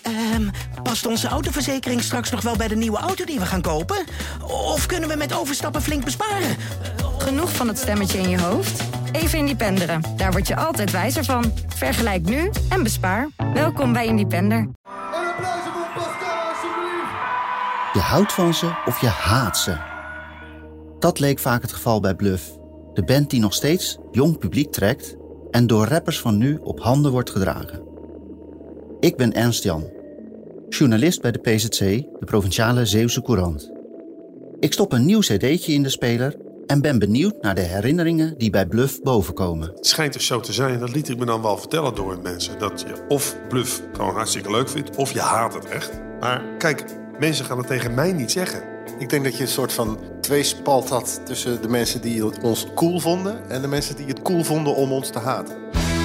Past onze autoverzekering straks nog wel bij de nieuwe auto die we gaan kopen? Of kunnen we met overstappen flink besparen? Genoeg van het stemmetje in je hoofd? Even Independeren. Daar word je altijd wijzer van. Vergelijk nu en bespaar. Welkom bij Independer. Een applaus voor Pascal, alsjeblieft. Je houdt van ze of je haat ze. Dat leek vaak het geval bij Bluff. De band die nog steeds jong publiek trekt en door rappers van nu op handen wordt gedragen. Ik ben Ernst Jan, journalist bij de PZC, de Provinciale Zeeuwse Courant. Ik stop een nieuw cd'tje in de speler en ben benieuwd naar de herinneringen die bij Bluff bovenkomen. Het schijnt dus zo te zijn, dat liet ik me dan wel vertellen door mensen, dat je of Bluff gewoon hartstikke leuk vindt, of je haat het echt. Maar kijk, mensen gaan het tegen mij niet zeggen. Ik denk dat je een soort van tweespalt had tussen de mensen die ons cool vonden en de mensen die het cool vonden om ons te haten.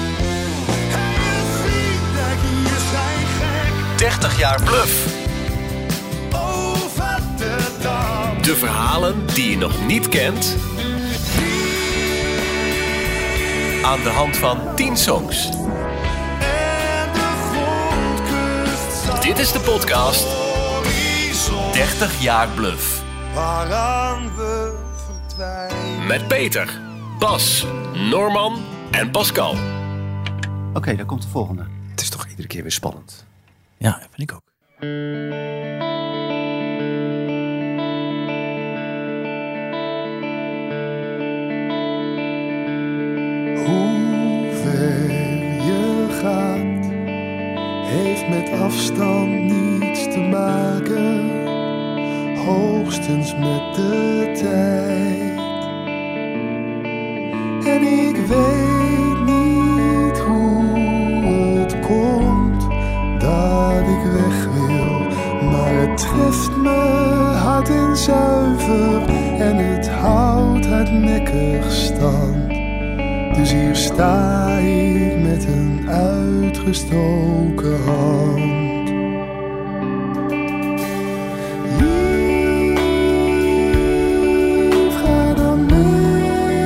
30 jaar Bluff. De verhalen die je nog niet kent. Aan de hand van 10 songs. Dit is de podcast 30 jaar Bluff. Waaraan we verdwijnen. Met Peter, Bas, Norman en Pascal. Oké, daar komt de volgende. Het is toch iedere keer weer spannend. Ja, vind ik ook. Hoe ver je gaat, heeft met afstand niets te maken. Hoogstens met de tijd. En ik weet niet hoe het komt dat ik weg wil, maar het treft me hard en zuiver en het houdt hardnekkig stand. Dus hier sta ik met een uitgestoken hand. Lief, ga dan mee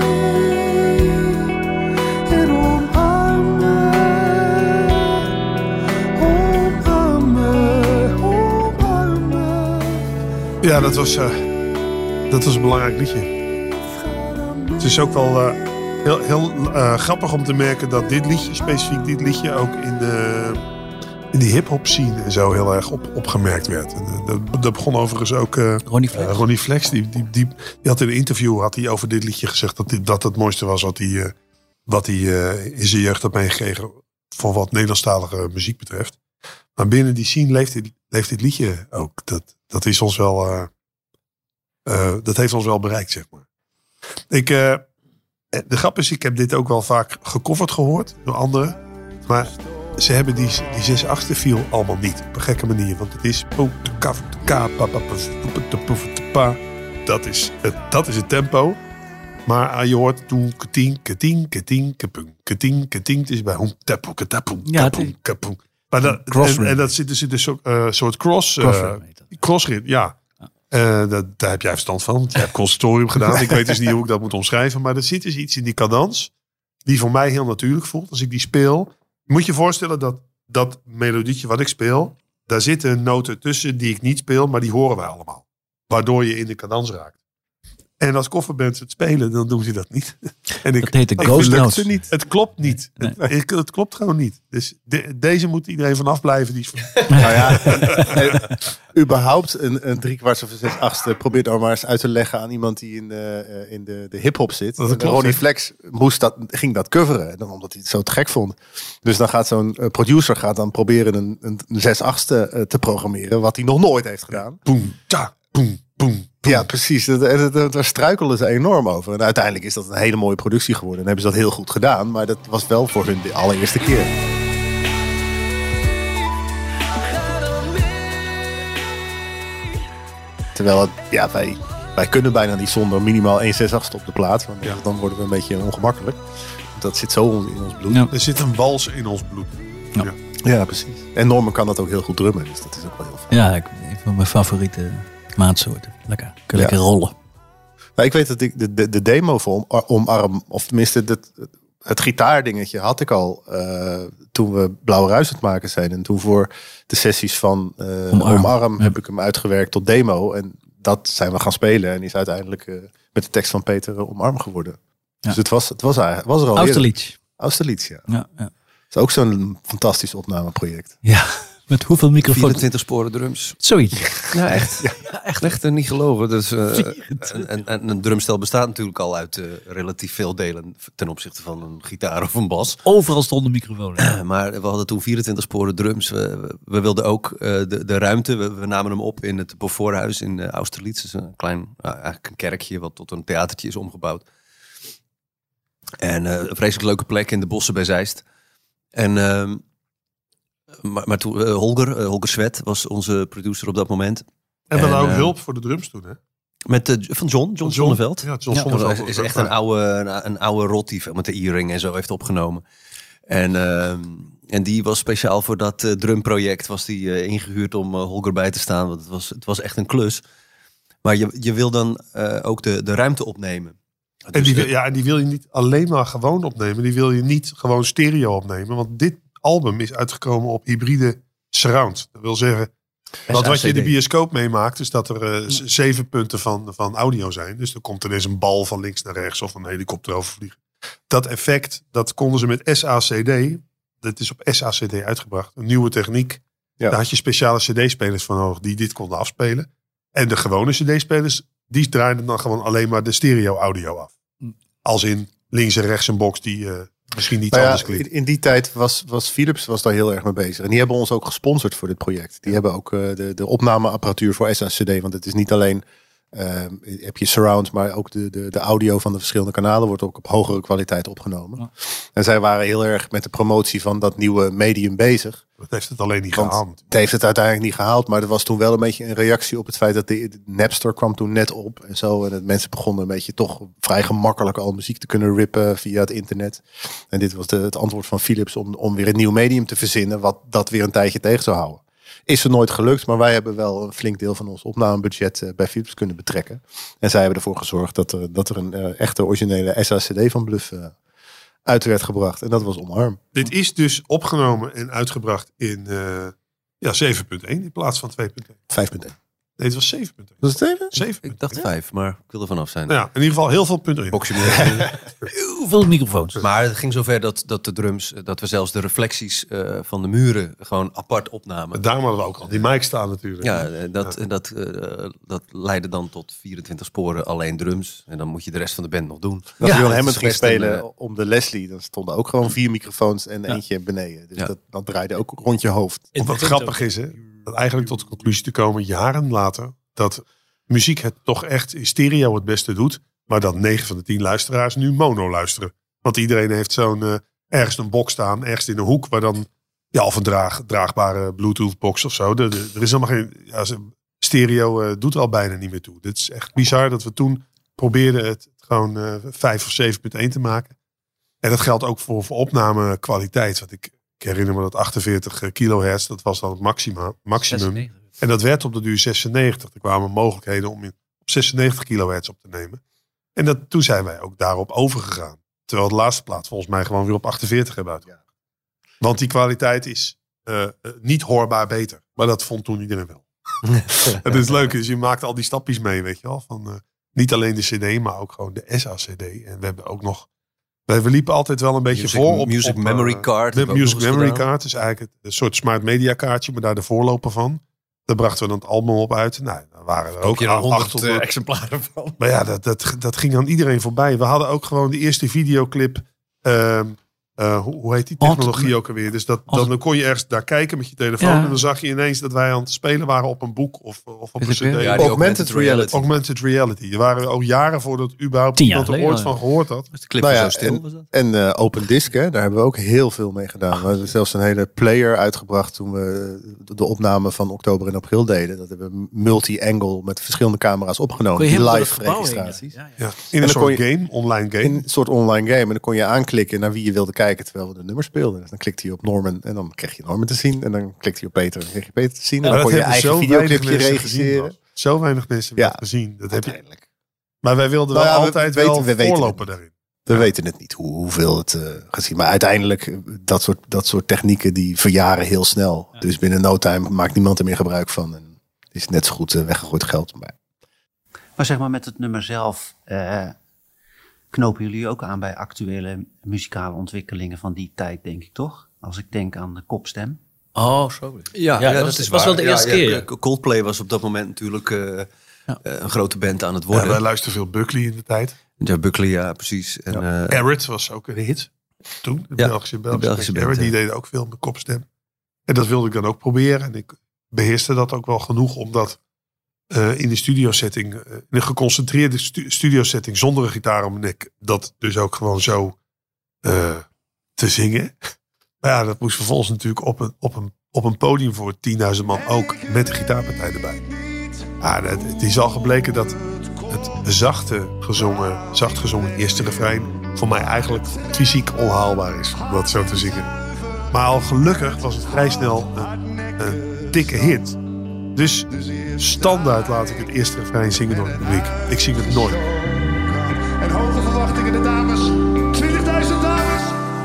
en omarm me, omarm me, omarm me. Ja, dat was een belangrijk liedje. Het is ook wel heel grappig om te merken dat dit liedje, specifiek dit liedje, ook in de hip-hop scene en zo heel erg opgemerkt werd. En, dat begon overigens ook Ronnie Flex. Die had in een interview over dit liedje gezegd dat het mooiste was wat hij in zijn jeugd had meegekregen voor wat Nederlandstalige muziek betreft. Maar binnen die scene leeft dit liedje ook. Dat is ons wel, dat heeft ons wel bereikt, zeg maar. De grap is, ik heb dit ook wel vaak gecoverd gehoord door anderen. Maar ze hebben die 6/8 viel allemaal niet. Op een gekke manier. Want het is... Dat is het tempo. Maar je hoort toen... Het is bij... En dat zit dus ook een soort crossrit, ja. Daar heb jij verstand van. Want jij hebt conservatorium gedaan. Ik weet dus niet hoe ik dat moet omschrijven. Maar er zit dus iets in die cadans. Die voor mij heel natuurlijk voelt. Als ik die speel. Moet je voorstellen dat melodietje wat ik speel. Daar zitten noten tussen die ik niet speel. Maar die horen wij allemaal. Waardoor je in de cadans raakt. En als coverband het spelen, dan doen ze dat niet. En Dat heet de ghost notes. Niet. Het klopt niet. Nee. Het klopt gewoon niet. Dus deze moet iedereen vanaf blijven. Die is Nou ja, überhaupt een 3/4 of een 6/8 probeer dan maar eens uit te leggen aan iemand die in de hip-hop zit. Ronnie Flex ging dat coveren, omdat hij het zo te gek vond. Dus dan gaat zo'n producer dan proberen een 6/8 te programmeren, wat hij nog nooit heeft gedaan. Boom, ta, boom, boom. Ja, precies. Daar struikelen ze enorm over. En uiteindelijk is dat een hele mooie productie geworden. En hebben ze dat heel goed gedaan. Maar dat was wel voor hun de allereerste keer. Terwijl wij kunnen bijna niet zonder minimaal 1/6/8 op de plaat. Want dan worden we een beetje ongemakkelijk. Dat zit zo in ons bloed. Ja. Er zit een wals in ons bloed. Ja, precies. En Norman kan dat ook heel goed drummen. Dus dat is ook wel heel fijn. Ja, een van mijn favoriete maatsoorten. Lekker. Kun je lekker rollen. Maar ik weet dat ik de demo voor Omarm, of tenminste het gitaardingetje had ik al toen we Blauwe Ruis aan het maken zijn. En toen voor de sessies van Omarm heb ik hem uitgewerkt tot demo. En dat zijn we gaan spelen. En is uiteindelijk met de tekst van Peter Omarm geworden. Ja. Dus het was er al Austerlitz. Austerlitz, ja. Ja. Dat is ook zo'n fantastisch opnameproject. Ja, met hoeveel microfoons? 24 sporen drums. Zoiets. Ja, echt. Echt niet gelogen. Dus, en een drumstel bestaat natuurlijk al uit relatief veel delen ten opzichte van een gitaar of een bas. Overal stonden microfoons. Maar we hadden toen 24 sporen drums. We wilden ook de ruimte. We namen hem op in het Beauforthuis in Austerlitz. Dus een klein, eigenlijk een kerkje wat tot een theatertje is omgebouwd. En een vreselijk leuke plek in de bossen bij Zeist. En... Maar toen Holger Swet was onze producer op dat moment. En dan ook hulp voor de drums toen, hè? Van John Zonneveld. Ja, John Zonneveld. Is echt een oude rot die met de E-ring en zo heeft opgenomen. En die was speciaal voor dat drumproject was die ingehuurd om Holger bij te staan. Want het was echt een klus. Maar je wil dan ook de ruimte opnemen. En die wil je niet alleen maar gewoon opnemen. Die wil je niet gewoon stereo opnemen. Want dit album is uitgekomen op hybride surround. Dat wil zeggen, wat je in de bioscoop meemaakt, is dat er 7 punten van audio zijn. Dus er komt ineens een bal van links naar rechts of een helikopter overvliegen. Dat effect, dat konden ze met SACD, dat is op SACD uitgebracht, een nieuwe techniek. Ja. Daar had je speciale CD-spelers van nodig die dit konden afspelen. En de gewone CD-spelers, die draaiden dan gewoon alleen maar de stereo-audio af. Als in links en rechts een box die... misschien niet anders klinkt. In die tijd was Philips daar heel erg mee bezig. En die hebben ons ook gesponsord voor dit project. Die hebben ook de opnameapparatuur voor SACD. Want het is niet alleen heb je surround, maar ook de audio van de verschillende kanalen wordt ook op hogere kwaliteit opgenomen. Ja. En zij waren heel erg met de promotie van dat nieuwe medium bezig. Dat heeft het alleen niet gehaald. Het heeft het uiteindelijk niet gehaald. Maar er was toen wel een beetje een reactie op het feit dat de Napster kwam toen net op. En zo. En dat mensen begonnen een beetje toch vrij gemakkelijk al muziek te kunnen rippen via het internet. En dit was het antwoord van Philips om weer een nieuw medium te verzinnen. Wat dat weer een tijdje tegen zou houden. Is er nooit gelukt, maar wij hebben wel een flink deel van ons opnamebudget bij Philips kunnen betrekken. En zij hebben ervoor gezorgd dat er een echte originele SACD van Bluff uit werd gebracht. En dat was Omarm. Dit is dus opgenomen en uitgebracht in 7.1 in plaats van 2.1. 5.1. Nee, het was 7.1. Was het 7? 7. Ik dacht 5, maar ik wil er vanaf zijn. Nou ja, in ieder geval heel veel punten in. Heel veel microfoons. Maar het ging zover dat de drums, dat we zelfs de reflecties van de muren gewoon apart opnamen. Daarom hadden we ook al die mic staan natuurlijk. Ja, dat leidde dan tot 24 sporen alleen drums. En dan moet je de rest van de band nog doen. Als Jon Hammond ging spelen om de Leslie, dan stonden ook gewoon 4 microfoons en eentje beneden. Dus dat draaide ook rond je hoofd. En wat grappig is, hè, dat eigenlijk tot de conclusie te komen jaren later, dat muziek het toch echt in stereo het beste doet, maar dat 9 van de 10 luisteraars nu mono luisteren. Want iedereen heeft zo'n ergens een box staan, ergens in een hoek, waar dan of een draagbare Bluetooth box of zo. Er is helemaal geen stereo doet er al bijna niet meer toe. Dit is echt bizar dat we toen probeerden het gewoon 5 of 7.1 te maken. En dat geldt ook voor opnamekwaliteit. Want ik herinner me dat 48 kilohertz, dat was dan het maximum. 96. En dat werd op de duur 96. Er kwamen mogelijkheden om op 96 kilohertz op te nemen. En toen zijn wij ook daarop overgegaan. Terwijl de laatste plaat volgens mij gewoon weer op 48 hebben uitgebracht. Want die kwaliteit is niet hoorbaar beter. Maar dat vond toen iedereen wel. Het is leuk, dus je maakt al die stapjes mee, weet je wel. Van niet alleen de CD, maar ook gewoon de SACD. En we hebben ook nog... We liepen altijd wel een beetje voor op... Music Memory Card. De Music Memory Card is eigenlijk een soort smart media kaartje, maar daar de voorloper van. Daar brachten we dan het album op uit. Nou, daar waren er ook 800 exemplaren van. Maar ja, dat ging aan iedereen voorbij. We hadden ook gewoon de eerste videoclip... hoe heet die technologie ook alweer? Dus dan kon je ergens daar kijken met je telefoon. Ja. En dan zag je ineens dat wij aan het spelen waren op een boek of op een CD. Ja, Augmented Reality. Augmented Reality. Er waren ook jaren voordat überhaupt iemand er ooit van gehoord had. Dus de clip zo stil was dat. En Open Disc, hè, daar hebben we ook heel veel mee gedaan. We hebben zelfs een hele player uitgebracht toen we de opname van oktober en april deden. Dat hebben we multi-angle met verschillende camera's opgenomen. Die live registraties. Ja. In een soort game, online game. In een soort online game. En dan kon je aanklikken naar wie je wilde kijken terwijl we de nummer speelden. Dus dan klikte je op Norman en dan kreeg je Norman te zien. En dan klikte je op Peter en kreeg je Peter te zien. En dan kon je eigen videoclipje regisseren. Zo weinig mensen hebben het gezien. Dat heb je. Maar wij wilden wel altijd wel voorlopen daarin. We weten het niet hoeveel het gaat zien. Maar uiteindelijk, dat soort technieken die verjaren heel snel. Ja. Dus binnen no time maakt niemand er meer gebruik van. En is net zo goed weggegooid geld. Maar zeg maar met het nummer zelf, knopen jullie ook aan bij actuele muzikale ontwikkelingen van die tijd, denk ik toch? Als ik denk aan de kopstem. Oh, zo. Ja, dat is was wel de eerste keer. Ja. Coldplay was op dat moment natuurlijk een grote band aan het worden. Ja, wij luisterden veel Buckley in de tijd. Ja, Buckley, ja, precies. En, Garrett was ook een hit. Toen, de Belgische band. Band, die deden ook veel met kopstem. En dat wilde ik dan ook proberen. En ik beheerste dat ook wel genoeg om dat in de studiosetting, in een geconcentreerde studiosetting zonder een gitaar om mijn nek, dat dus ook gewoon zo te zingen. Maar ja, dat moest vervolgens natuurlijk op een podium voor 10.000 man ook met de gitaarpartij erbij. Ja, het is al gebleken dat het zacht gezongen eerste refrein voor mij eigenlijk fysiek onhaalbaar is om dat zo te zingen. Maar al gelukkig was het vrij snel een dikke hit. Dus standaard laat ik het eerste refrein zingen door het publiek. Ik zing het nooit. En hoge verwachtingen, de dames. 20.000 dames.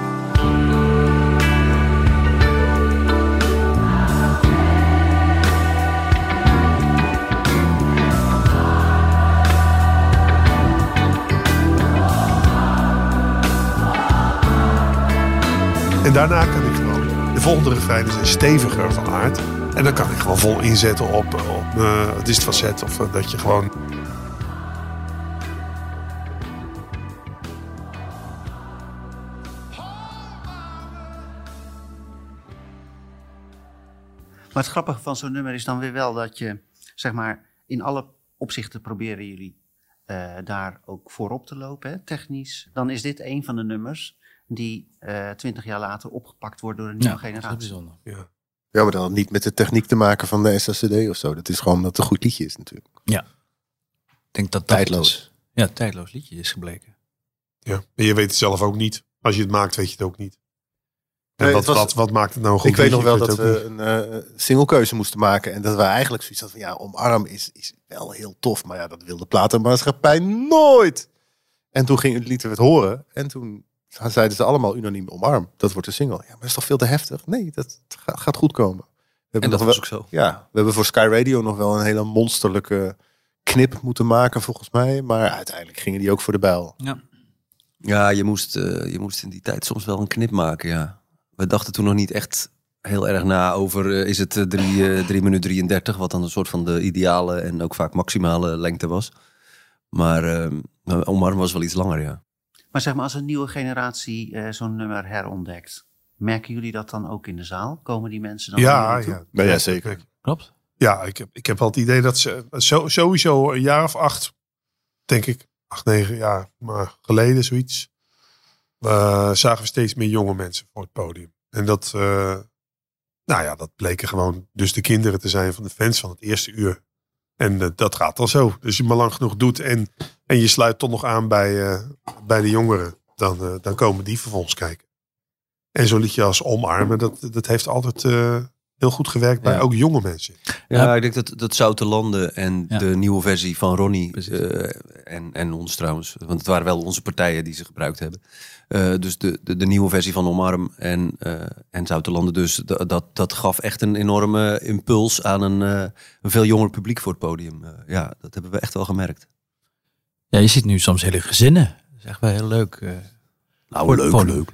En daarna kan ik gewoon, de volgende refreinen zijn steviger van aard. En dan kan ik gewoon vol inzetten op het is het facet of dat je gewoon... Maar het grappige van zo'n nummer is dan weer wel dat je, zeg maar, in alle opzichten proberen jullie daar ook voorop te lopen, hè, technisch. Dan is dit een van de nummers die 20 jaar later opgepakt wordt door een nieuwe generatie. Dat is bijzonder. Ja, maar dan niet met de techniek te maken van de SSCD of zo. Dat is gewoon dat het een goed liedje is natuurlijk. Ja. Ik denk dat tijdloos. Tijdloos liedje is gebleken. Ja, en je weet het zelf ook niet. Als je het maakt, weet je het ook niet. En wat maakt het nou een goed liedje? Ik weet nog wel dat we een singlekeuze moesten maken. En dat we eigenlijk zoiets hadden van, Omarm is wel heel tof. Maar ja, dat wil de platenmaatschappij nooit. En toen lieten we het horen. En toen zeiden ze allemaal unaniem Omarm. Dat wordt een single. Ja, maar dat is toch veel te heftig? Nee, dat gaat goed komen. En dat was ook zo. Ja, we hebben voor Sky Radio nog wel een hele monsterlijke knip moeten maken volgens mij. Maar uiteindelijk gingen die ook voor de bijl. Ja, je moest in die tijd soms wel een knip maken, ja. We dachten toen nog niet echt heel erg na over is het 3 minuten 33, wat dan een soort van de ideale en ook vaak maximale lengte was. Maar Omarm was wel iets langer, ja. Maar zeg maar, als een nieuwe generatie zo'n nummer herontdekt, merken jullie dat dan ook in de zaal? Komen die mensen dan Ja, zeker. Klopt. Ja, ik heb wel het idee dat ze sowieso een jaar of 8, denk ik, 8, 9 jaar maar geleden zoiets, zagen we steeds meer jonge mensen voor het podium. En dat bleken gewoon dus de kinderen te zijn van de fans van het eerste uur. En dat gaat dan zo. Dus je maar lang genoeg doet en je sluit toch nog aan bij de jongeren, dan komen die vervolgens kijken. En zo'n liedje als Omarmen, dat heeft altijd heel goed gewerkt bij ook jonge mensen. Ja, ik denk dat Zoute Landen en de nieuwe versie van Ronnie en ons trouwens, want het waren wel onze partijen die ze gebruikt hebben. Dus de nieuwe versie van Omarm en Zoute Landen dus, dat gaf echt een enorme impuls aan een veel jonger publiek voor het podium. Ja, dat hebben we echt wel gemerkt. Ja, je ziet nu soms hele gezinnen. Dat is echt wel heel leuk. Leuk.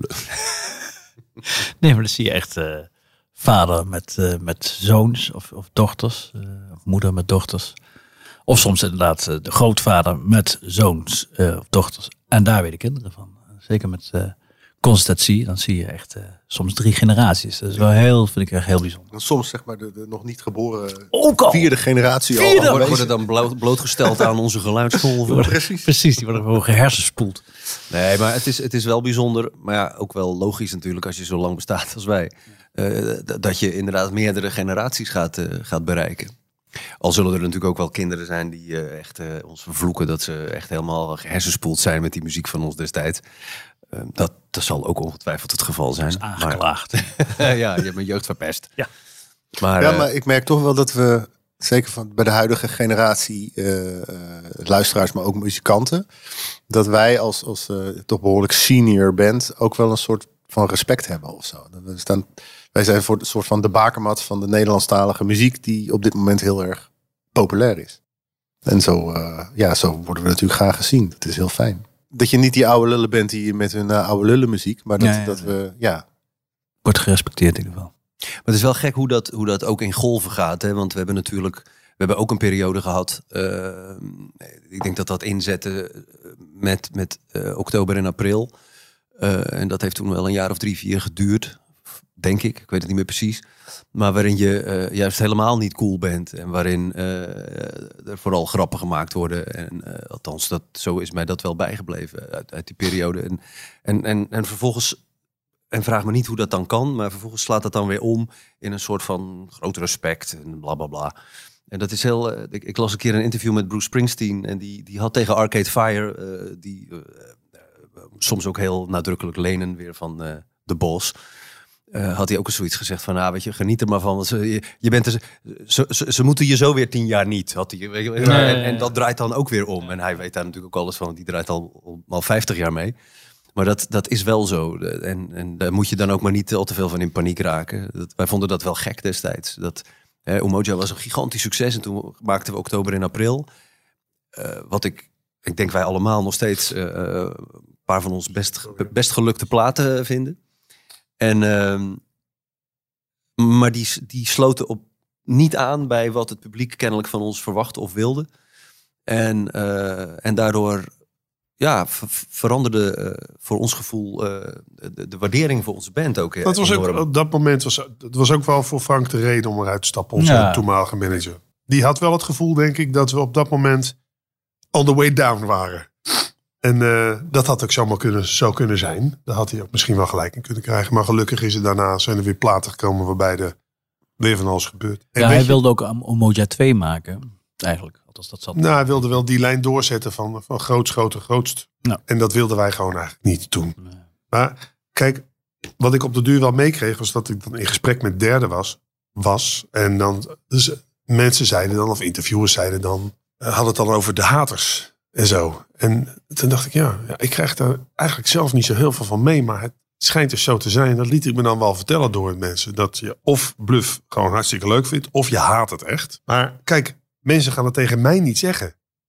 Nee, maar dan zie je echt vader met zoons of dochters. Of moeder met dochters. Of soms inderdaad de grootvader met zoons of dochters. En daar weer de kinderen van. Zeker met Constantie, dan zie je echt soms 3 generaties. Dat is wel vind ik echt heel bijzonder. Soms zeg maar de nog niet geboren ook al. 4e generatie al. Worden dan blootgesteld aan onze geluidsgolven. Precies, die worden gewoon gehersenspoeld. Nee, maar het is wel bijzonder. Maar ja, ook wel logisch natuurlijk als je zo lang bestaat als wij. Dat je inderdaad meerdere generaties gaat bereiken. Al zullen er natuurlijk ook wel kinderen zijn die echt ons vervloeken dat ze echt helemaal hersenspoeld zijn met die muziek van ons destijds. Dat zal ook ongetwijfeld het geval zijn. Dat is aangeklaagd. Ja, je hebt mijn jeugd verpest. Ja. Maar ik merk toch wel dat we zeker bij de huidige generatie luisteraars, maar ook muzikanten, dat wij als toch behoorlijk senior band ook wel een soort van respect hebben of zo. Wij zijn voor een soort van de bakermat van de Nederlandstalige muziek die op dit moment heel erg populair is. En zo worden we natuurlijk graag gezien. Het is heel fijn. Dat je niet die oude lullen bent die met hun oude lullen muziek, maar dat we wordt gerespecteerd in ieder geval. Maar het is wel gek hoe dat ook in golven gaat. Hè? Want we hebben ook een periode gehad. Ik denk dat inzette met oktober en april. En dat heeft toen wel een jaar of 3-4 geduurd. Denk ik. Ik weet het niet meer precies. Maar waarin je juist helemaal niet cool bent. En waarin er vooral grappen gemaakt worden. En althans, zo is mij dat wel bijgebleven uit die periode. En vervolgens... En vraag me niet hoe dat dan kan, maar vervolgens slaat dat dan weer om in een soort van groot respect en bla bla bla. En dat is heel... Ik las een keer een interview met Bruce Springsteen en die had tegen Arcade Fire, soms ook heel nadrukkelijk lenen weer van de Boss, had hij ook eens zoiets gezegd van, weet je, geniet er maar van. Ze moeten je zo weer 10 jaar niet. Had hij, en dat draait dan ook weer om. En hij weet daar natuurlijk ook alles van, want die draait al 50 jaar mee. Maar dat is wel zo. En daar moet je dan ook maar niet al te veel van in paniek raken. Wij vonden dat wel gek destijds. Umoja was een gigantisch succes. En toen maakten we oktober en april. Wat ik denk wij allemaal nog steeds een paar van ons best gelukte platen vinden. Maar die sloten niet aan bij wat het publiek kennelijk van ons verwachtte of wilde. En daardoor... veranderde voor ons gevoel de waardering voor onze band ook. Dat was ook, op dat moment was ook wel voor Frank de reden om eruit te stappen, onze toenmalige manager. Die had wel het gevoel, denk ik, dat we op dat moment on the way down waren. En dat had ook zo kunnen zijn. Daar had hij ook misschien wel gelijk in kunnen krijgen. Maar gelukkig zijn er weer platen gekomen waarbij er weer van alles gebeurt. Ja, hij wilde ook Umoja 2 maken, eigenlijk. Hij wilde wel die lijn doorzetten van grootst, groter, grootst. Ja. En dat wilden wij gewoon eigenlijk niet doen. Nee. Maar kijk, wat ik op de duur wel meekreeg, was dat ik dan in gesprek met derden was. En dan mensen zeiden dan, of interviewers zeiden dan, hadden het dan over de haters en zo. En toen dacht ik, ik krijg daar eigenlijk zelf niet zo heel veel van mee. Maar het schijnt dus zo te zijn. Dat liet ik me dan wel vertellen door mensen. Dat je of Bluff gewoon hartstikke leuk vindt, of je haat het echt. Maar kijk, mensen gaan het tegen mij niet zeggen.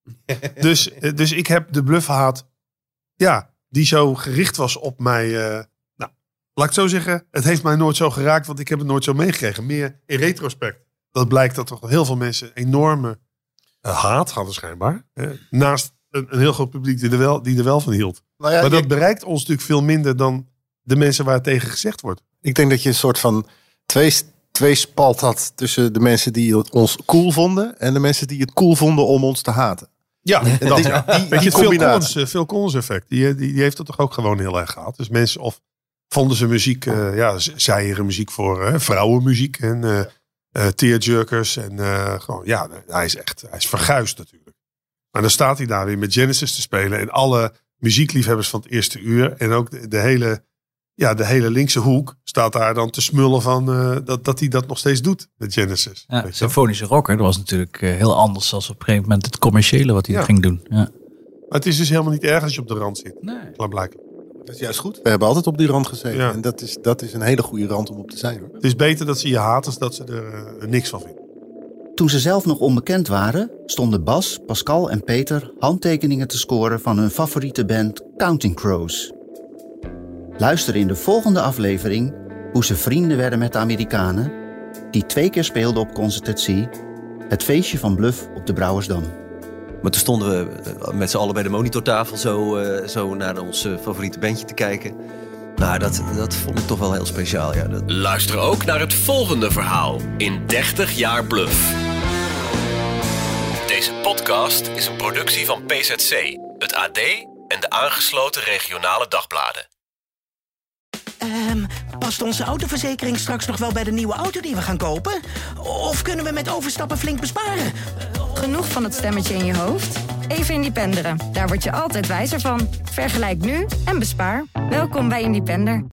Dus ik heb de Bluff-haat, die zo gericht was op mij. Laat ik zo zeggen, het heeft mij nooit zo geraakt, want ik heb het nooit zo meegekregen. Meer in retrospect. Dat blijkt dat toch heel veel mensen enorme haat hadden schijnbaar. Naast een heel groot publiek die er wel van hield. Maar dat bereikt ons natuurlijk veel minder dan de mensen waar het tegen gezegd wordt. Ik denk dat je een soort van tweespalt had tussen de mensen die ons cool vonden en de mensen die het cool vonden om ons te haten. Ja, die combinatie. Het Phil Collins effect, die heeft het toch ook gewoon heel erg gehad. Dus mensen of vonden ze muziek, zijere muziek voor vrouwenmuziek en tearjerkers en gewoon, hij is verguisd natuurlijk. Maar dan staat hij daar weer met Genesis te spelen en alle muziekliefhebbers van het eerste uur en ook de hele linkse hoek staat daar dan te smullen van dat hij dat nog steeds doet met Genesis. Ja, symfonische rocker, dat was natuurlijk heel anders dan op een gegeven moment het commerciële wat hij ging doen. Ja. Maar het is dus helemaal niet erg als je op de rand zit. Nee. Klaarblijkelijk. Dat is juist goed. We hebben altijd op die rand gezeten. Ja. En dat is een hele goede rand om op te zijn. Hoor. Het is beter dat ze je haten dan dat ze er niks van vinden. Toen ze zelf nog onbekend waren, stonden Bas, Pascal en Peter handtekeningen te scoren van hun favoriete band Counting Crows. Luister in de volgende aflevering hoe ze vrienden werden met de Amerikanen, die 2 keer speelden op Concert at Sea, het feestje van Bluff op de Brouwersdam. Maar toen stonden we met z'n allen bij de monitortafel zo naar ons favoriete bandje te kijken. Nou, dat vond ik toch wel heel speciaal. Ja. Luister ook naar het volgende verhaal in 30 jaar Bluff. Deze podcast is een productie van PZC, het AD en de aangesloten regionale dagbladen. Past onze autoverzekering straks nog wel bij de nieuwe auto die we gaan kopen? Of kunnen we met overstappen flink besparen? Genoeg van het stemmetje in je hoofd? Even Independeren. Daar word je altijd wijzer van. Vergelijk nu en bespaar. Welkom bij Independer.